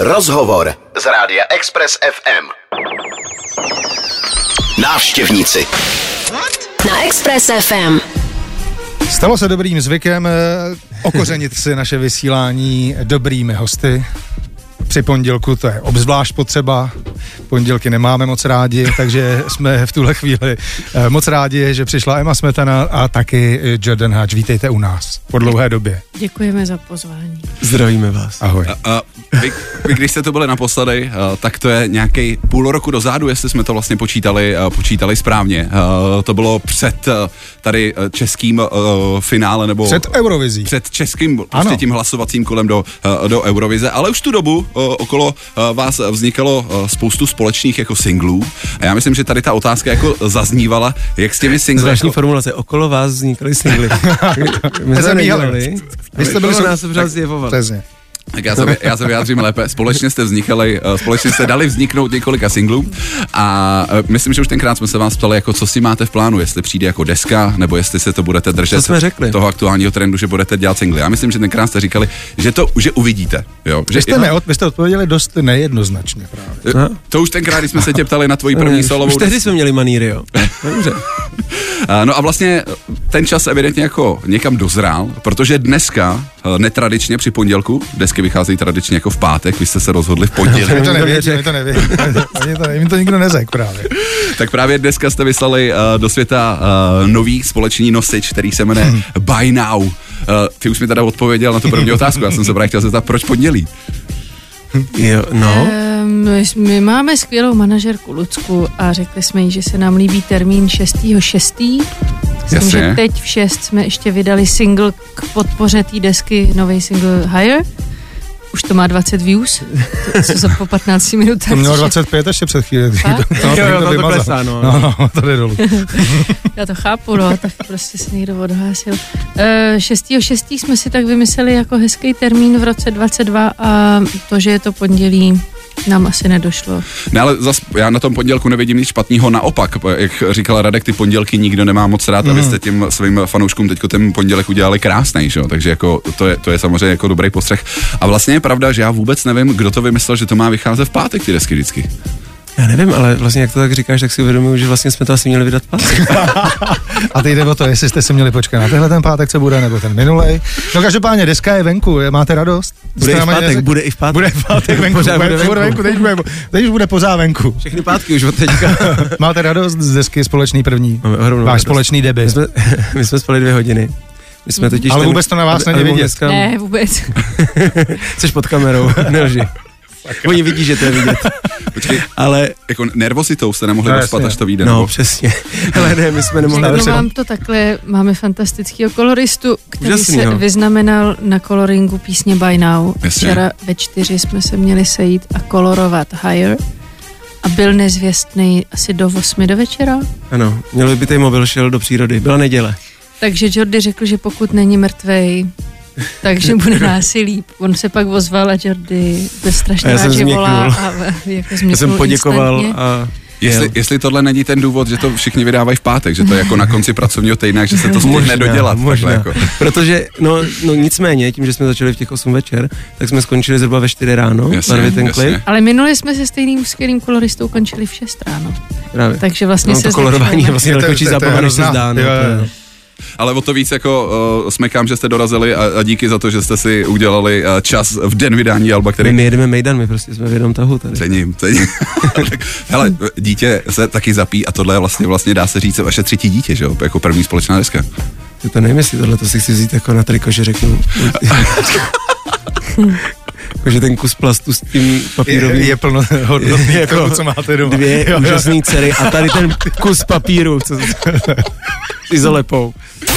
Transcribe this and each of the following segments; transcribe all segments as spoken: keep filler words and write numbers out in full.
Rozhovor z rádia Express ef em. Návštěvníci na Express ef em. Stalo se dobrým zvykem okořenit si naše vysílání dobrými hosty. Při pondělku to je obzvlášť potřeba. Pondělky nemáme moc rádi, takže jsme v tuhle chvíli moc rádi, že přišla Emma Smetana a taky Jordan Hatch. Vítejte u nás po dlouhé době. Děkujeme za pozvání. Zdravíme vás. Ahoj. A, a vy, vy, když jste to byli naposledy, tak to je nějaký půl roku dozadu, jestli jsme to vlastně počítali, počítali správně. To bylo před tady českým finále, nebo... Před Eurovizí. Před českým prostě tím hlasovacím kolem do, do Eurovize, ale už tu dobu okolo vás vznikalo spoustu společných jako singlů a já myslím, že tady ta otázka jako zaznívala, jak s těmi singly... Zvláštní jako... formulace, okolo vás vznikaly singly. My jsme nedělali, vy jste byli nás pořád zjevovali. Přesně. Tak já se, já se vyjádřím lépe. Společně jste vznikali, společně jste dali vzniknout několika singlů a myslím, že už tenkrát jsme se vás ptali, jako co si máte v plánu, jestli přijde jako deska, nebo jestli se to budete držet toho aktuálního trendu, že budete dělat singly. Já myslím, že tenkrát jste říkali, že to že uvidíte. Jo? Že, vy, jste neod, vy jste odpověděli dost nejednoznačně právě. No? To už tenkrát, když jsme se tě ptali na tvoji první solovou. Už tehdy jsme měli maníry, jo. Dobře. No a vlastně ten čas evidentně jako někam dozrál, protože dneska netradičně při pondělku, desky vycházejí tradičně jako v pátek, vy jste se rozhodli v pondělí. My to nevědí, my to nevědí. Jim to nikdo neřekl právě. Tak právě dneska jste vyslali uh, do světa uh, nový společný nosič, který se jmenuje hmm. Buy Now. Uh, ty už mi teda odpověděl na tu první otázku, já jsem se právě chtěl zeptat, proč pondělí? Jo, no. Um, my máme skvělou manažerku Lucku a řekli jsme jí, že se nám líbí termín šestého šestého Myslím, že teď v šest jsme ještě vydali single k podpoře té desky, nový single Higher. Už to má dvacet views, to, co za po patnácti minutách. To mělo dvacet pět ještě před chvíli. No, jo, jo, to klesá, no. No, no, to jde dolů. Já to chápu, no, tak prostě se někdo odhlásil. šestého šestého jsme si tak vymysleli jako hezký termín v roce dvacet dva a to, že je to pondělí, nám asi nedošlo. Ne, ale zas já na tom pondělku nevidím nic špatného, naopak, jak říkala Radek, ty pondělky nikdo nemá moc rád, mm. a vy jste tím svým fanouškům teďko ten pondělek udělali krásnej, že jo, takže jako to je, to je samozřejmě jako dobrý postřeh. A vlastně je pravda, že já vůbec nevím, kdo to vymyslel, že to má vycházet v pátek ty desky vždycky. Já nevím, ale vlastně jak to tak říkáš, tak si uvědomuji, že vlastně jsme to asi měli vydat pátek. A teď jde o to, jestli jste si měli počkat na tenhle ten pátek, co bude, nebo ten minulej. No každopádně deska je venku, máte radost? Bude i v pátek, neřek... bude i v pátek. Bude v pátek venku, bude, bude venku. venku. Teď, bude, teď už bude pořád venku. Všechny pátky už od teďka. Máte radost z desky společný první? Máme váš radost. Společný debut. My jsme, my jsme spali dvě hodiny. My jsme totiž ale ten, vůbec to na vás není vidět. Dneska... Ne, vůbec. Jsi pod kamerou, nelži. Oni vidí, že to je vidět. Počkej, ale jako nervozitou jste nemohli no, dospat, až to vyjde. No, nebo? přesně. Ale ne, my jsme nemohli. Řeknu vám to takhle, máme fantastického koloristu, který Úžasný, se jo. vyznamenal na koloringu písně Buy Now. Jasně. Včera ve čtyři jsme se měli sejít a kolorovat Higher a byl nezvěstný asi do osmi do večera. Ano, měl by ten mobil šel do přírody, byla neděle. Takže Jordy řekl, že pokud není mrtvej, takže bude násilí. On se pak ozval a Jordy byl strašně rád, že volá a jako změknul. Já jsem poděkoval a... Jestli, jestli tohle není ten důvod, že to všichni vydávají v pátek, že to je jako na konci pracovního týdne, že se to stihne dodělat. Možná, jako. Protože, no, no nicméně, tím, že jsme začali v těch osm večer, tak jsme skončili zhruba ve čtyři ráno, jasně, ten jasně. klip. Ale minule jsme se stejným skvělým koloristou končili v šest ráno. Právě. Takže vlastně no, se to kolorování je vlastně velkočí zábava, než se zdá. No, ale o to víc jako uh, smekám, že jste dorazili a, a díky za to, že jste si udělali uh, čas v den vydání alba, který... My, my jedeme mejdan, my prostě jsme v jednom tahu tady. Cením, cením. Hele, dítě se taky zapí a tohle je vlastně, vlastně dá se říct vaše třetí dítě, že jo, jako první společná deska. To, to nevím, jestli tohle to si chci vzít jako na triko, že řeknu... Jakože ten kus plastu s tím papírovým... Je, je plno hodnotný, jako toho, co máte doma. Dvě jo, úžasný jo. dcery a tady ten kus papíru, co s izolepou.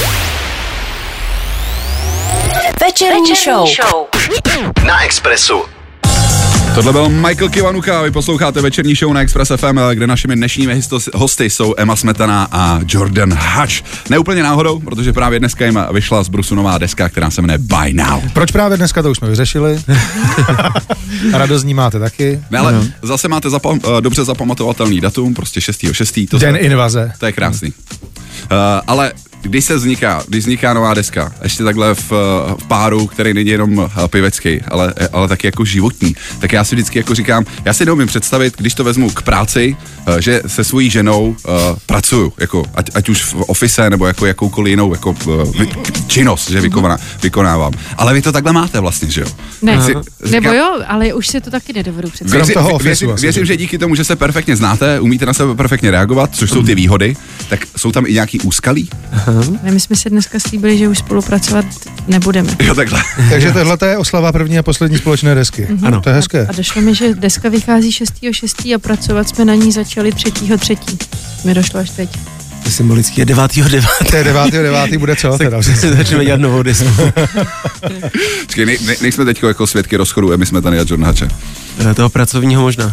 Večerní show. Na Expressu. Tohle byl Michael Kiwanuka, vy posloucháte Večerní show na Express ef em, kde našimi dnešními hosty jsou Emma Smetana a Jordan Hatch. Neúplně náhodou, protože právě dneska jim vyšla z brusu nová deska, která se jmenuje Buy Now. Proč právě dneska, to už jsme vyřešili. A radost ní máte taky. Ne, ale uh-huh. zase máte zapam- dobře zapamatovatelný datum, prostě šestého šestého To Den se, invaze. To je krásný. Uh, ale když se vzniká, když vzniká nová deska, ještě takhle v, v páru, který není jenom pěvecký, ale, ale taky jako životní, tak já si vždycky jako říkám, já si neumím představit, když to vezmu k práci, že se svojí ženou uh, pracuju, jako ať, ať už v office nebo jako jakoukoliv jinou jako uh, vy, činnost, že vykoná, vykonávám. Ale vy to takhle máte vlastně, že jo? Ne, si, nebo jo, ale už si to taky nedovedu představit. Věřím, toho věřím, officeu, věřím že díky tomu, že se perfektně znáte, umíte na sebe perfektně reagovat, což jsou ty výhody, tak jsou tam i nějaký úskalí? Ne, my jsme si dneska slíbili, že už spolupracovat nebudeme. Jo, takhle. Takže tohle je oslava první a poslední společné desky. Mm-hmm. Ano. To je hezké. A, a došlo mi, že deska vychází šestého šestého a pracovat jsme na ní začali třetího třetího Mi došlo až teď. To je symbolický. Je devátého devátého To je devátého devátého bude co? Teda? Začneme dělat novou desku. Čekaj, ne, ne, nejsme teď jako svědky rozchodu Emy Smetany a Johna Hatche. Toho pracovního možná.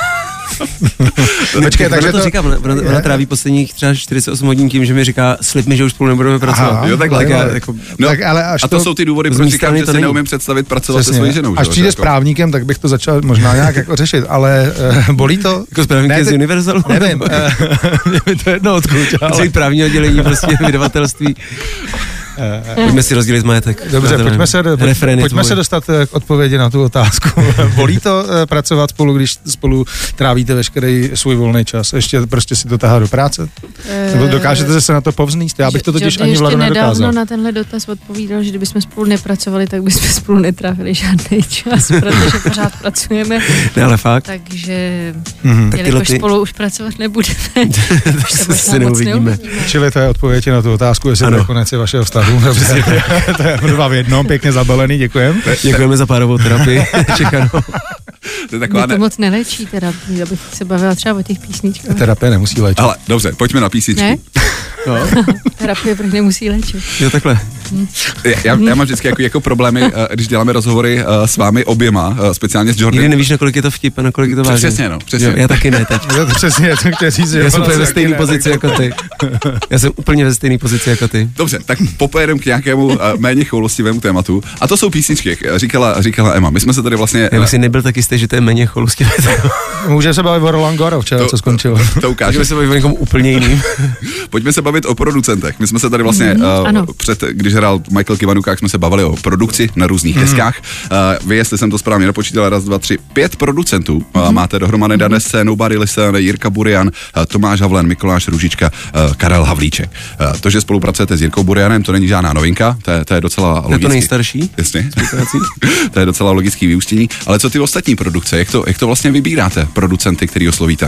Počkej, takže to, to říkám, ona, ona tráví posledních třeba čtyřicet osm hodin tím, že mi říká, slib mi, že už spolu nebudeme pracovat. Aha, jo, takhle. Tak já, ale, jako, no, tak, ale až a to, to jsou ty důvody, proč říkám, že si není. neumím představit pracovat Přesně, se svojí ženou. až přijde jako. s právníkem, tak bych to začal možná nějak jako řešit, ale uh, bolí to? jako správník z te- Universalu? Nevím, uh, mě by to jedno odkud, ale... Celý právní oddělení, prostě vydavatelství. Pojďme si rozdělit majetek. Dobře, pojďme se, do, pojďme se dostat k odpovědi na tu otázku. Bolí to uh, pracovat spolu, když spolu trávíte veškerý svůj volný čas? Ještě prostě si to tahá do práce? Nebo dokážete se na to povznést? Já bych to totiž ani Vladu nedokázal. Ještě nedávno na tenhle dotaz odpovídal, že kdybychom spolu nepracovali, tak bychom spolu netrávili žádný čas, protože pořád pracujeme. Ne, ale fakt. Takže, mm-hmm. jelikož ty... spolu už pracovat nebudeme, už se se neuvidíme. Čili to je odpověď na tu otázku, jestli to je konec vašeho vztahu. To je dva v jednom, pěkně zabalený, děkujem. Děkujeme za párovou terapii. Čekanou. To, je to ne... moc nelečí terapii, abych se bavila třeba o těch písničkách. Terapie nemusí léčit. Ale dobře, pojďme na písničku. Ne? No. Terapie prý nemusí léčit. Jo, takhle. Já, já mám vždycky jako, jako problémy, když děláme rozhovory s vámi oběma, speciálně s Jordanem. Nikdy nevíš, na kolik je to vtip a na kolik je to vážně. Přesně, no, přesně. Jo, já taky ne teď. Jo, to přesně, to chtěl říct, já jsem úplně ve stejné pozici jako ty. Já jsem úplně ve stejné pozici jako ty. Dobře, tak popojedeme k nějakému uh, méně choulostivému tématu. A to jsou písničky, říkala, říkala Emma. My jsme se tady vlastně... Já bych si nebyl tak jistý, že to je méně choulostivé. Můžeme se bavit o Roland Garros včera, to, co skončilo. To, to ukáže. Můžeme se bavit o někom úplně jiným. Pojďme se bavit o producentech. My jsme se tady vlastně, mm, uh, před, když hrál Michael Kiwanuka, jak jsme se bavili o produkci na různých mm. deskách. Uh, vy, jestli jsem to správně napočítal, raz, dva, tři, pět producentů. Mm. Uh, máte dohromady Dane C, Nobody Listen, Jirka Burian, uh, Tomáš Havlen, Mikuláš Růžička, uh, Karel Havlíček. Uh, to, že spolupracujete s Jirkou Burianem, to není žádná novinka, to je, to je docela logický. Je to nejstarší? Jasně. To je docela logický vyústění. Ale co ty ostatní produkce? Jak to, jak to vlastně vybíráte, producenty, který oslovíte?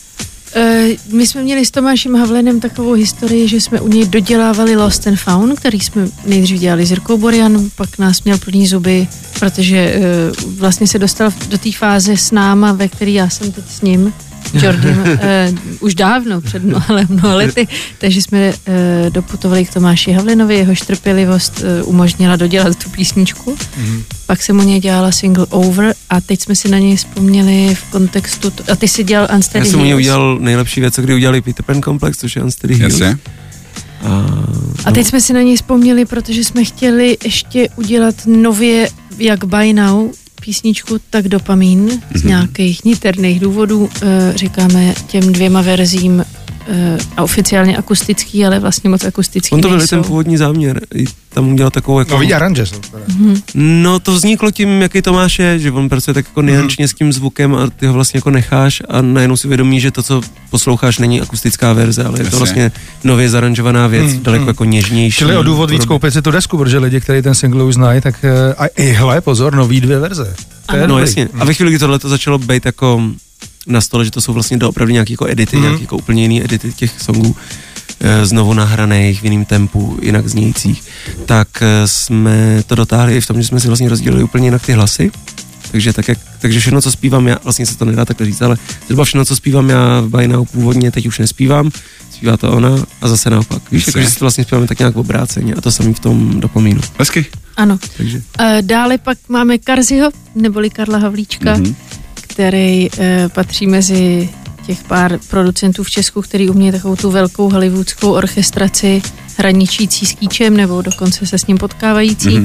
Uh, my jsme měli s Tomášem Havlenem takovou historii, že jsme u něj dodělávali Lost and Found, který jsme nejdřív dělali s Jirkou Burian, pak nás měl plný zuby, protože uh, vlastně se dostal do té fáze s náma, ve který já jsem teď s ním, Jordym, uh, už dávno, před mnoha, mnoha lety, takže jsme uh, doputovali k Tomáši Havlenovi, jehož trpělivost uh, umožnila dodělat tu písničku. Mm-hmm. Pak jsem u něj dělala single Over a teď jsme si na něj vzpomněli v kontextu, t- a ty si dělal Unsteady Heels. Já jsem u něj udělal nejlepší věc, co kdy udělali Peter Pan Complex, což je Unsteady Heels. Jasně. A, a teď jsme si na něj vzpomněli, protože jsme chtěli ještě udělat nově, jak By Now, písničku, tak Dopamin, mm-hmm. z nějakých niterných důvodů. E, říkáme těm dvěma verzím e, a oficiálně akustický, ale vlastně moc akustický on to byl nejsou. ten původní záměr. I tam udělal takovou jako... Nový aranže jsou. Mm-hmm. No to vzniklo tím, jaký Tomáš je, že on pracuje tak jako niančně s tím zvukem a ty ho vlastně jako necháš a najednou si uvědomí, že to, co posloucháš, není akustická verze, ale je to vlastně nově zaranžovaná věc, mm, daleko mm. jako něžnější. Čili o důvod víc koupit si tu desku, protože lidi, kteří ten single už znají, tak a i hle, pozor, nový dvě verze. No jasně. A ve chvíli, kdy tohle to začalo být jako na stole, že to jsou vlastně doopravdy nějaké jako edity, mm. nějaké jako úplně jiný edity těch songů, znovu nahraných v jiném tempu, jinak znějících, tak jsme to dotáhli i v tom, že jsme si vlastně rozdělili úplně jinak ty hlasy. Takže, tak jak, takže všechno, co zpívám já, vlastně se to nedá takhle říct, ale třeba všechno, co zpívám já v By Now původně, teď už nespívám, zpívá to ona a zase naopak. Víš, jako, že si to vlastně zpíváme tak nějak obráceně a to samý v tom Dopamínu. Hezky. Ano. Takže. Dále pak máme Karziho, neboli Karla Havlíčka, mm-hmm. který eh, patří mezi těch pár producentů v Česku, který umějí takovou tu velkou hollywoodskou orchestraci hraničící s kýčem nebo dokonce se s ním potkávající. Mm-hmm.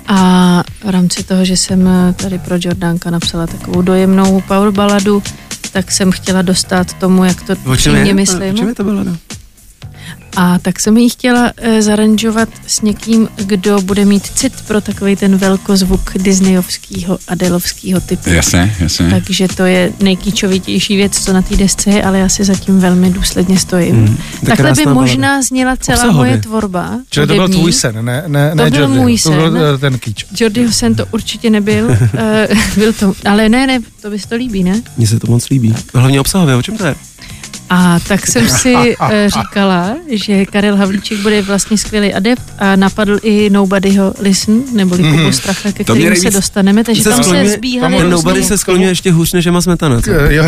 A v rámci toho, že jsem tady pro Jordánka napsala takovou dojemnou power baladu, tak jsem chtěla dostat tomu, jak to přímě myslím. O čem je to balada? A tak jsem ji chtěla e, zaranžovat s někým, kdo bude mít cit pro takový ten velkozvuk disneyovskýho, adelovskýho typu. Jasně, jasně. Takže to je nejkýčovitější věc, co na té desce je, ale já si zatím velmi důsledně stojím. Hmm, Takhle by možná balada. Zněla celá Obsahově. Moje tvorba. Čili to byl tvůj sen, ne, ne, to ne byl Jordy. můj To sen. byl ten kýč. Jordyho sen to určitě nebyl. uh, byl to, ale ne, ne, to bys to líbí, ne? Mně se to moc líbí. Hlavně obsahově, o čem to je? A tak jsem si uh, říkala, že Karel Havlíček bude vlastně skvělý adept a napadl i Nobodyho Listen, neboli mm. Kubo Stracha, ke kterému se dostaneme, takže se tam skloně, se zbíhaly ten Nobody se skloňuje ještě hůř než Emma Smetana. Jo, jo,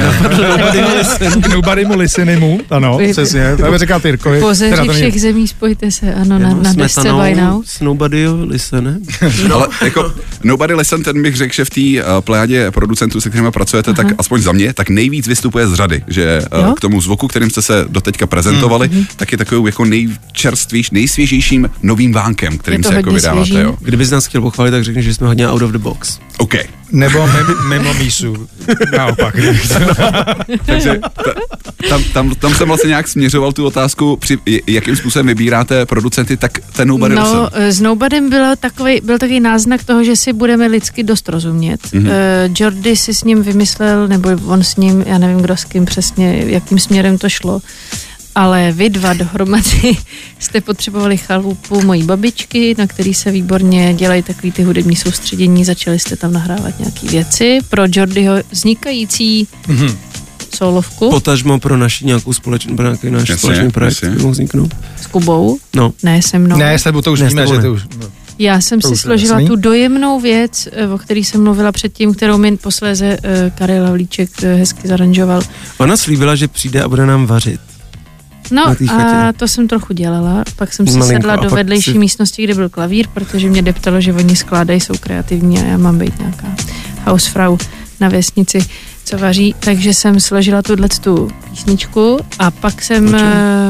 jo. Nobody mu listeny mu, ano, přesně. To by říkal Tyrkovi. Pozeři všech zemí, spojte se, ano, na, na desce By Now. S Nobodyho Listen, no. Ale jako Nobody Listen, ten bych řekl, že v té uh, plejadě producentů, se kterými pracujete, Aha. tak aspoň za mě, tak nejvíc vystupuje z řady, že uh, k tomu zvuku, kterým jste se doteďka prezentovali, mm-hmm. tak je takovou jako nejčerstvějším, nejsvěžejším novým vánkem, kterým se jako vydáváte. Jo. Kdybys nás chtěl pochválit, tak řekni, že jsme hodně out of the box. OK. Nebo mimo, mimo mísu. Naopak. Takže ta, tam, tam, tam jsem vlastně nějak směřoval tu otázku, při, jakým způsobem vybíráte producenty, tak ten Nobody No, Listen. s Nobodym byl takový, byl takový náznak toho, že si budeme lidsky dost rozumět. Mm-hmm. Uh, Jordy si s ním vymyslel, nebo on s ním, já nevím, kdo s kým přesně, jakým směrem to šlo, ale vy dva dohromady jste potřebovali chalupu mojí babičky, na který se výborně dělají takový ty hudební soustředění, začali jste tam nahrávat nějaký věci pro Jordyho vznikající mm-hmm. solovku. Potažmo pro naši nějakou společnou, pro nějaký náš jasně, společný projekt, by mohl vzniknout. S Kubou? No. Ne, se mnou. Ne, s tebou to už víme, že to už... No. Já jsem si složila jasný. tu dojemnou věc, o který jsem mluvila předtím, kterou mi posléze uh, Karel Havlíček uh, hezky zaranžoval. Ona slíbila, že přijde a bude nám vařit. No a to jsem trochu dělala, pak jsem si Malinko, sedla do vedlejší si... místnosti, kde byl klavír, protože mě deptalo, že oni skládají, jsou kreativní a já mám být nějaká hausfrau na vesnici, co vaří, takže jsem složila tuto písničku a pak jsem uh,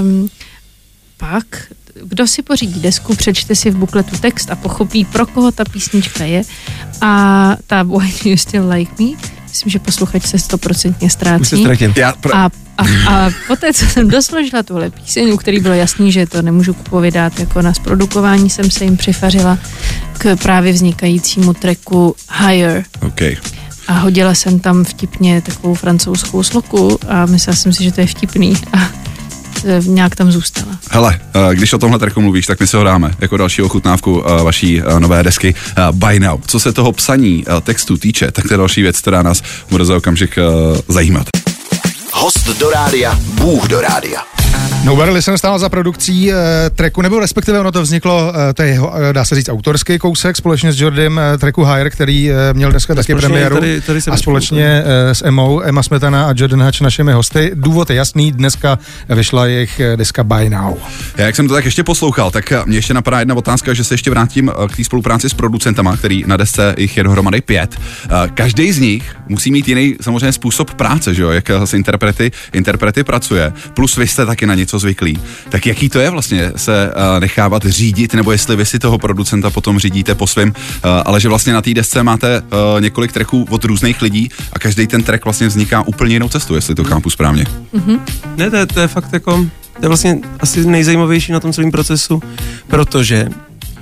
pak kdo si pořídí desku, přečte si v bukletu text a pochopí, pro koho ta písnička je. A ta Why Do You Still Like Me, myslím, že posluchač se stoprocentně ztrácí. A, a, a poté, co jsem dosložila tuhle píseň, u který bylo jasný, že to nemůžu Kubovi dát jako na zprodukování, jsem se jim přifařila k právě vznikajícímu tracku Higher. Okay. A hodila jsem tam vtipně takovou francouzskou sloku a myslela jsem si, že to je vtipný. A nějak tam zůstala. Hele, když o tomhle tracku mluvíš, tak my se ho dáme jako další ochutnávku vaší nové desky By Now. Co se toho psaní textu týče, tak to je další věc, která nás bude za okamžik zajímat. Host do rádia, Bůh do rádia. Nobody Listen stál za produkcí e, tracku, nebo respektive ono to vzniklo, e, to je jeho, e, dá se říct, autorský kousek společně s Jordym, e, tracku Higher, který e, měl dneska taky premiéru tady, tady a společně e, s Emmou, Emma Smetana a Jordan Hatch našimi hosty. Důvod je jasný, dneska vyšla jejich deska By Now. Já jak jsem to tak ještě poslouchal, tak mě ještě napadá jedna otázka, že se ještě vrátím k té spolupráci s producentama, který na desce jich je dohromady pět. Každý z nich musí mít jiný samozřejmě způsob práce, že jo, jak se interprety, interprety pracuje, plus vy jste taky na něco zvyklí. Tak jaký to je vlastně se uh, nechávat řídit, nebo jestli vy si toho producenta potom řídíte po svém, uh, ale že vlastně na té desce máte uh, několik tracků od různých lidí a každý ten track vlastně vzniká úplně jinou cestou, jestli to chápu správně. Mm-hmm. Ne, to je, to je fakt jako, to je vlastně asi nejzajímavější na tom celém procesu, protože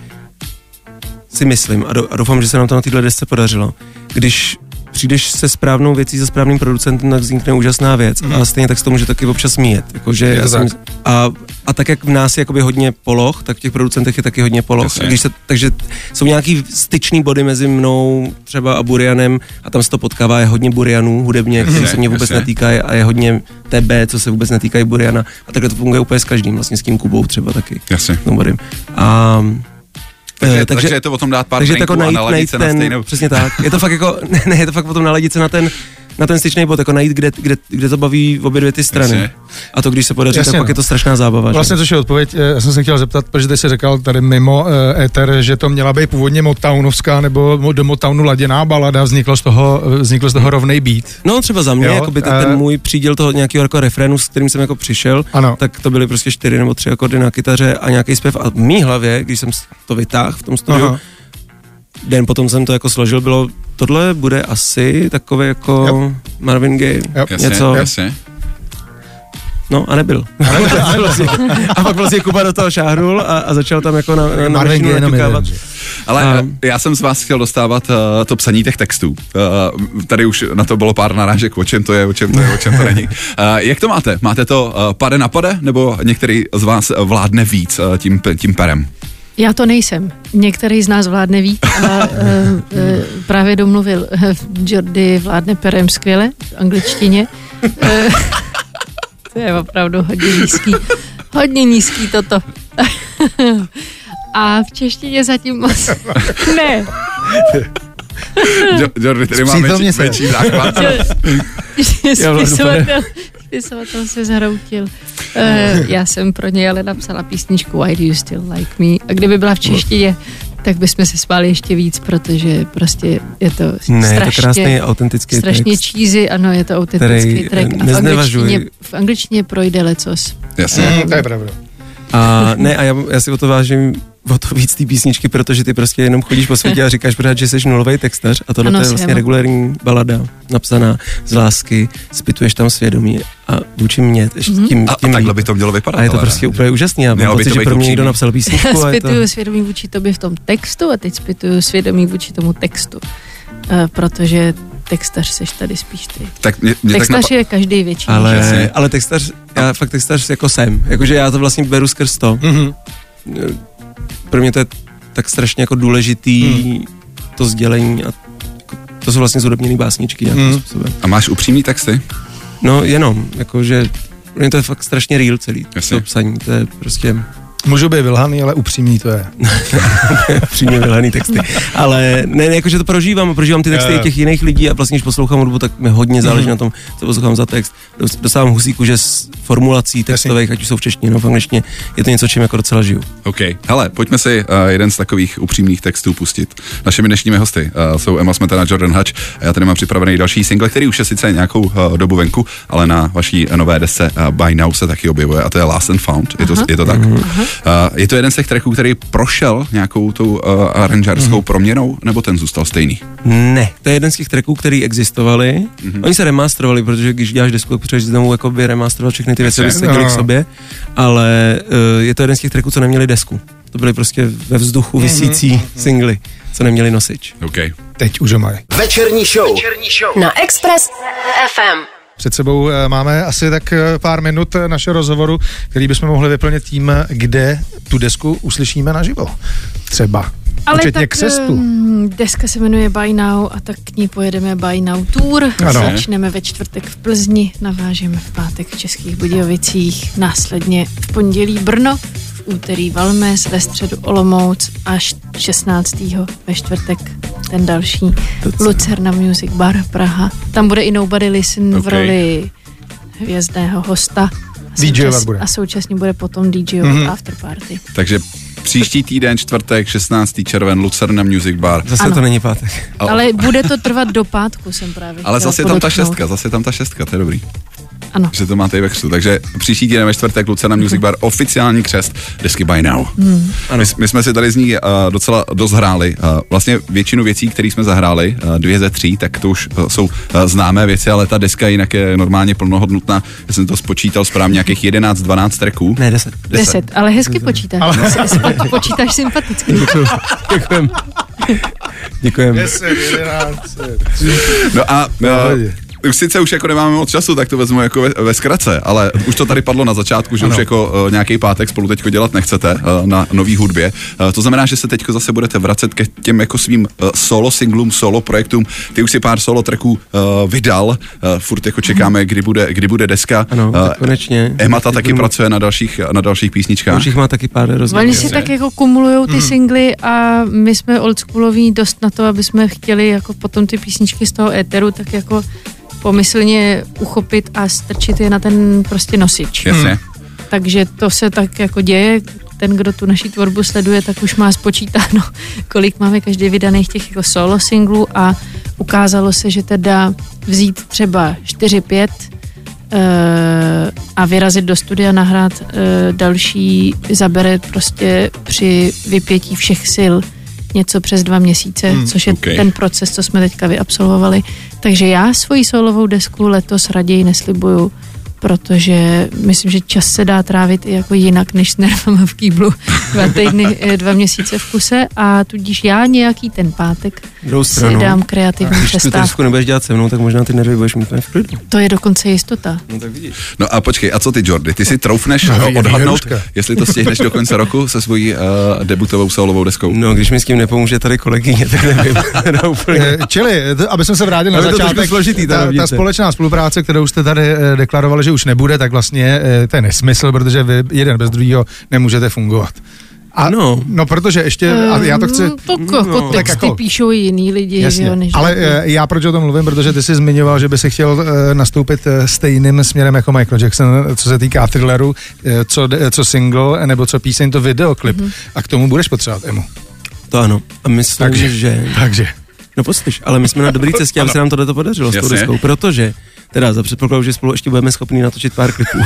si myslím a, do, a doufám, že se nám to na této desce podařilo, když přijdeš se správnou věcí, se správným producentem, tak vznikne úžasná věc, mm. ale stejně tak se to může taky občas míjet. Jakože já jsem, a, a tak, jak v nás je jakoby hodně poloh, tak v těch producentech je taky hodně poloh. A když se, takže jsou nějaký styčný body mezi mnou třeba a Burianem a tam se to potkává, je hodně Burianů hudebně, který se mě vůbec netýkají a je hodně tebe, co se vůbec netýkají Buriana. A takhle to funguje úplně s každým, vlastně s tím Kubou třeba taky. Jasně. A Takže, takže, takže je to o tom dát pár drinků jako a naladit se na stejnou. Přesně tak. Je to fakt jako, ne, ne, je to fakt o tom naladit se na ten, na ten styčný bod, jako najít, kde, kde, kde to baví obě dvě ty strany. Jasně. A to, když se podaří, Jasně, tak pak je to strašná zábava. Vlastně, což je odpověď, já jsem se chtěl zeptat, protože ty jsi říkal tady mimo uh, éter, že to měla být původně Motownovská nebo do Motownu laděná balada, vzniklo z toho, vzniklo z toho rovnej beat. No třeba za mě, jako by ten, ten můj příděl toho nějakého jako refrénu, s kterým jsem jako přišel, ano. Tak to byly prostě čtyři nebo tři akordy na kytaře a nějaký zpěv a v mý hlavě, když jsem to vytáhl v tom studiu, Aha. den potom jsem to jako složil, bylo, tohle bude asi takové jako yep. Marvin Gaye, yep. něco. Jasně, jasně. No a nebyl. A pak vlastně Kuba do toho šáhnul a, a začal tam jako na, na, na Marvin mašinu naťukávat. Ale A- já jsem z vás chtěl dostávat uh, to psaní těch textů. Uh, tady už na to bylo pár narážek, o čem to je, o čem to je, o čem to není. Uh, jak to máte? Máte to uh, pade na pade, nebo některý z vás vládne víc uh, tím, tím perem? Já to nejsem. Některý z nás vládne víc a uh, uh, právě domluvil, uh, Jordy vládne perem skvěle v angličtině. Uh, to je opravdu hodně nízký. Hodně nízký toto. A v češtině zatím moc ne. Jordy, tady mám Přítomně větší, se. větší základ. Spisovatel, spisovatel se zhroutil. Uh, já jsem pro něj ale napsala písničku Why Do You Still Like Me a kdyby byla v češtině, tak bychom se smáli ještě víc, protože prostě je to Ne, strašně, je to krásný autentický strašně text. cheesy, ano, je to autentický který track a v neznevažuji. angličtině, v angličtině projde lecos. Jasně. Mm, to je pravda. A ne, a já, já si o to vážím o to víc té písničky, protože ty prostě jenom chodíš po světě a říkáš pořád, že jsi nulový textař a tohle Ano, je jsem. vlastně regulární balada, napsaná z lásky, zpytuješ tam svědomí a vůči mně ještě Mhm. tím, A, a tím takhle líp. by to mělo vypadat. A je to ale prostě ne? úplně úžasný. Já mám Mělo by pocit, to že být pro mě upřímný. někdo napsal písničku a je to... Zpytuju svědomí vůči tobě v tom textu a teď zpytuju svědomí vůči tomu textu, uh, protože textař seš tady spíš ty. Tak mě, mě tak Textař napa- je každý větší. Ale, Jasně. ale textař, já fakt textař jako jsem. Jakože já to vlastně beru skrz to. Mhm. Pro mě to je tak strašně jako důležitý Hmm. to sdělení a jako, to jsou vlastně zhudobněný básničky nějakým Hmm. způsobem. A máš upřímný texty? No jenom, jakože pro mě to je fakt strašně real celý, Jasně. to psaní, to je prostě Můžu být vylhaný, ale upřímný to je. přímě vylehaný texty. Ale ne, ne, jakože to prožívám, prožívám ty texty Jo, i jo. těch jiných lidí a vlastně, když poslouchám hudbu, tak mi hodně záleží na tom, co poslouchám za text. Dos- Dostávám husíku, že z formulací textových, ať už jsou v češtině nebo v angličtině, je to něco, čím jako docela žiju. OK. Hele, pojďme si uh, jeden z takových upřímných textů pustit. Našimi dnešními hosty uh, jsou Emma Smetana a Jordan Hutch a já tady mám připravený další single, který už je sice nějakou uh, dobu venku, ale na vaší nové desce uh, By Now se taky objevuje a to je Lost and Found. Je to, je to tak? Uh, je to jeden z těch tracků, který prošel nějakou tou uh, aranžářskou proměnou, nebo ten zůstal stejný? Ne, to je jeden z těch tracků, který existovaly. Mm-hmm. Oni se remasterovali, protože když děláš desku, tak potřebuješ znovu jakoby remasterovat všechny ty věci, aby se děli k sobě, ale uh, je to jeden z těch tracků, co neměli desku. To byly prostě ve vzduchu visící mm-hmm. singly, co neměli nosič. OK. Teď už ho mají. Večerní show. Na Express F M. Před sebou eh, máme asi tak eh, pár minut eh, našeho rozhovoru, který bychom mohli vyplnit tím, eh, kde tu desku uslyšíme naživo. Třeba. Ale Včetně tak křestu. um, deska se jmenuje By Now a tak k ní pojedeme By Now Tour. Ano. Začneme ve čtvrtek v Plzni, navážeme v pátek v Českých Budějovicích, následně v pondělí Brno, v úterý Valmes, ve středu Olomouc až šestnáctého ve čtvrtek ten další Lucerna Music Bar Praha. Tam bude i Nobody Listen Ok. v roli hvězdného hosta. A DJovat součas- bude. A současně bude potom DJovat Mhm. mm-hmm. afterparty. Takže příští týden, čtvrtek, šestnáctého červen, Lucerna Music Bar. Zase Ano. to není pátek. A- Ale bude to trvat do pátku, jsem právě Ale chtěla zase je tam ta podotknout. šestka, zase je tam ta šestka, to je dobrý. Ano. Že to máte i ve křtu. Takže příští týden ve čtvrtek Lucerna Music Bar, oficiální křest desky By Now. Hmm. My, my jsme si tady z ní uh, docela dost hráli. Uh, vlastně většinu věcí, které jsme zahráli, uh, dvě ze tří, tak to už uh, jsou uh, známé věci, ale ta deska jinak je normálně plnohodnotná. Já jsem to spočítal správně, nějakých jedenáct dvanáct tracků. Ne, deset. Deset, ale hezky počítáš. Ale... Počítáš sympaticky. Děkujem. Děkujem. deset, jedenáct. No a uh, už sice už jako nemáme moc času, tak to vezmu jako ve, ve zkratce, ale už to tady padlo na začátku, že ano. Už jako uh, nějaký pátek spolu teďko dělat nechcete uh, na nový hudbě. Uh, to znamená, že se teďko zase budete vracet ke těm jako svým uh, solo singlům, solo projektům. Ty už si pár solo tracků uh, vydal, uh, furt jako čekáme, kdy bude, kdy bude deska. Ano, Uh, tak konečně. Emma ta taky Budu- pracuje na dalších, na dalších písničkách. Už jich má taky pár rozdělů. Oni si tak jako kumulujou ty singly a my jsme oldschooloví dost na to, aby jsme chtěli jako potom ty písničky z toho éteru tak jako pomyslně uchopit a strčit je na ten prostě nosič. Jasně. Takže to se tak jako děje. Ten, kdo tu naší tvorbu sleduje, tak už má spočítáno, kolik máme každý vydaných těch jako solo singlů a ukázalo se, že teda vzít třeba čtyři pět uh, a vyrazit do studia, nahrát uh, další, zabere prostě při vypětí všech sil něco přes dva měsíce, hmm, což je okay. ten proces, co jsme teďka vyabsolvovali. Takže já svoji solovou desku letos raději neslibuju protože myslím, že čas se dá trávit i jako jinak, než s nervama v kýblu dva týdny, dva měsíce v kuse a tudíž já nějaký ten pátek si dám kreativní Když přestávku. Když tu nebudeš dělat se mnou, tak možná ty nervy budeš mít v klidu. To je dokonce jistota. No tak vidíš. No a počkej, a co ty, Jordy? Ty si troufneš No, odhadnout, je jestli to stihneš do konce roku se svojí uh, debutovou solovou deskou? No, když mi s tím nepomůže tady kolegyně, tak nevím. no, úplně. Eh, Čili, to, aby jsme se vrátili na Ale to začátek, trošku složitý, ta ta, ta rovnice. společná spolupráce, kterou jste tady eh, deklarovali, že už nebude, tak vlastně eh, to je nesmysl, protože vy jeden bez druhého nemůžete fungovat. A, No. no, protože ještě, a já to chci... Mm, tak jako no, texty tak jako- píšou i jiný lidi, Jasně, že jo, než ale eh, já proč o tom mluvím, protože ty jsi zmiňoval, že by si chtěl eh, nastoupit eh, stejným směrem jako Michael Jackson, co se týká thrilleru, eh, co, de- co single, nebo co píseň, to videoklip. Mm-hmm. A k tomu budeš potřebovat emu. To ano. A myslím, Takže, že... takže. No poslyš, ale my jsme na dobré cestě, aby se nám tohle podařilo s tou Jasně. deskou, protože, teda za předpokladu, že spolu ještě budeme schopni natočit pár klipů.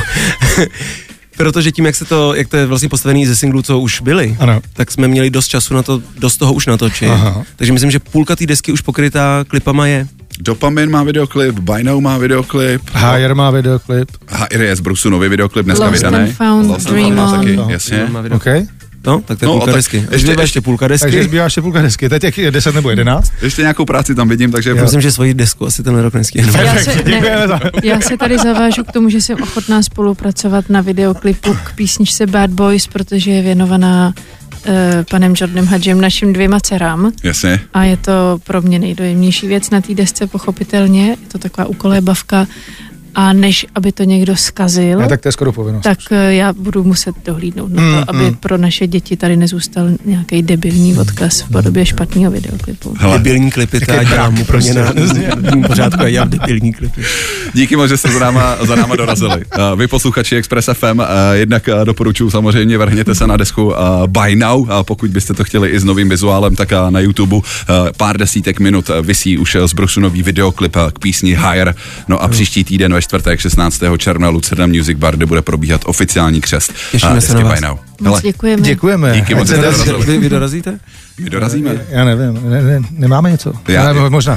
Protože tím, jak se to, jak to je vlastně postavený ze singlů, co už byly, Ano. tak jsme měli dost času na to, dost toho už natočit. Aha. Takže myslím, že půlka té desky už pokrytá klipama je. Dopamin má videoklip, By Now má videoklip, Higher má videoklip. H R S Brusu nový videoklip dneska Lost vydaný. and Found, Lost and Dream Found On. taky, No. jasně. Má video. OK. No, tak to je No, půlka tak desky. ještě- Ještě, ještě, ještě- ještě půlka desky. Takže zbývá ještě půlka desky. Teď jak je deset nebo jedenáct? Ještě nějakou práci tam vidím, takže... Já myslím, že svoji desku asi ten rok nestihnu. Já se, Děkujeme za... já se tady zavážu k tomu, že jsem ochotná spolupracovat na videoklipu k písničce Bad Boys, protože je věnovaná uh, panem Jordanem Hadžem, našim dvěma dcerám. Jasně. A je to pro mě nejdojemnější věc na té desce, pochopitelně. Je to taková úkolébavka. A než aby to někdo zkazil, Ne, tak to je skoro povinnost. tak eh, já budu muset dohlídnout na to, Mm, aby mm. pro naše děti tady nezůstal nějaký debilní odkaz v podobě špatného videoklipu. Hele, Debilní klipy, to já dělám úplně na na pořádku, já dělám debilní klipy. díky moc, že jste za náma, za náma dorazili. Uh, Vy posluchači Express F M, uh, jednak uh, doporučuji samozřejmě, vrhněte se na desku uh, By Now, a pokud byste to chtěli i s novým vizuálem, tak uh, na YouTube uh, pár desítek minut uh, visí už uh, z Brusu nový videoklip uh, k písni Higher. No a příští týden ve čtvrtek šestnáctého června Lucerna Music Bar, kde bude probíhat oficiální křest. Těšíme uh, se desky na vás. By Now. Moc děkujeme. Děkujeme. Díky moc, Ať že se jste daří. dorazili. Vy, vy dorazíte? My dorazíme. Já nevím, ne, ne, nemáme něco. Já- Ne, možná.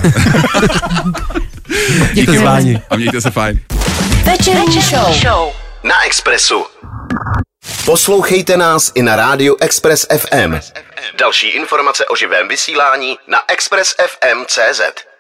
Díky Zváni. moc a mějte se fajn. Večerní show. Na Expressu. Poslouchejte nás i na rádiu Express F M. Další informace o živém vysílání na express f m tečka cé zet.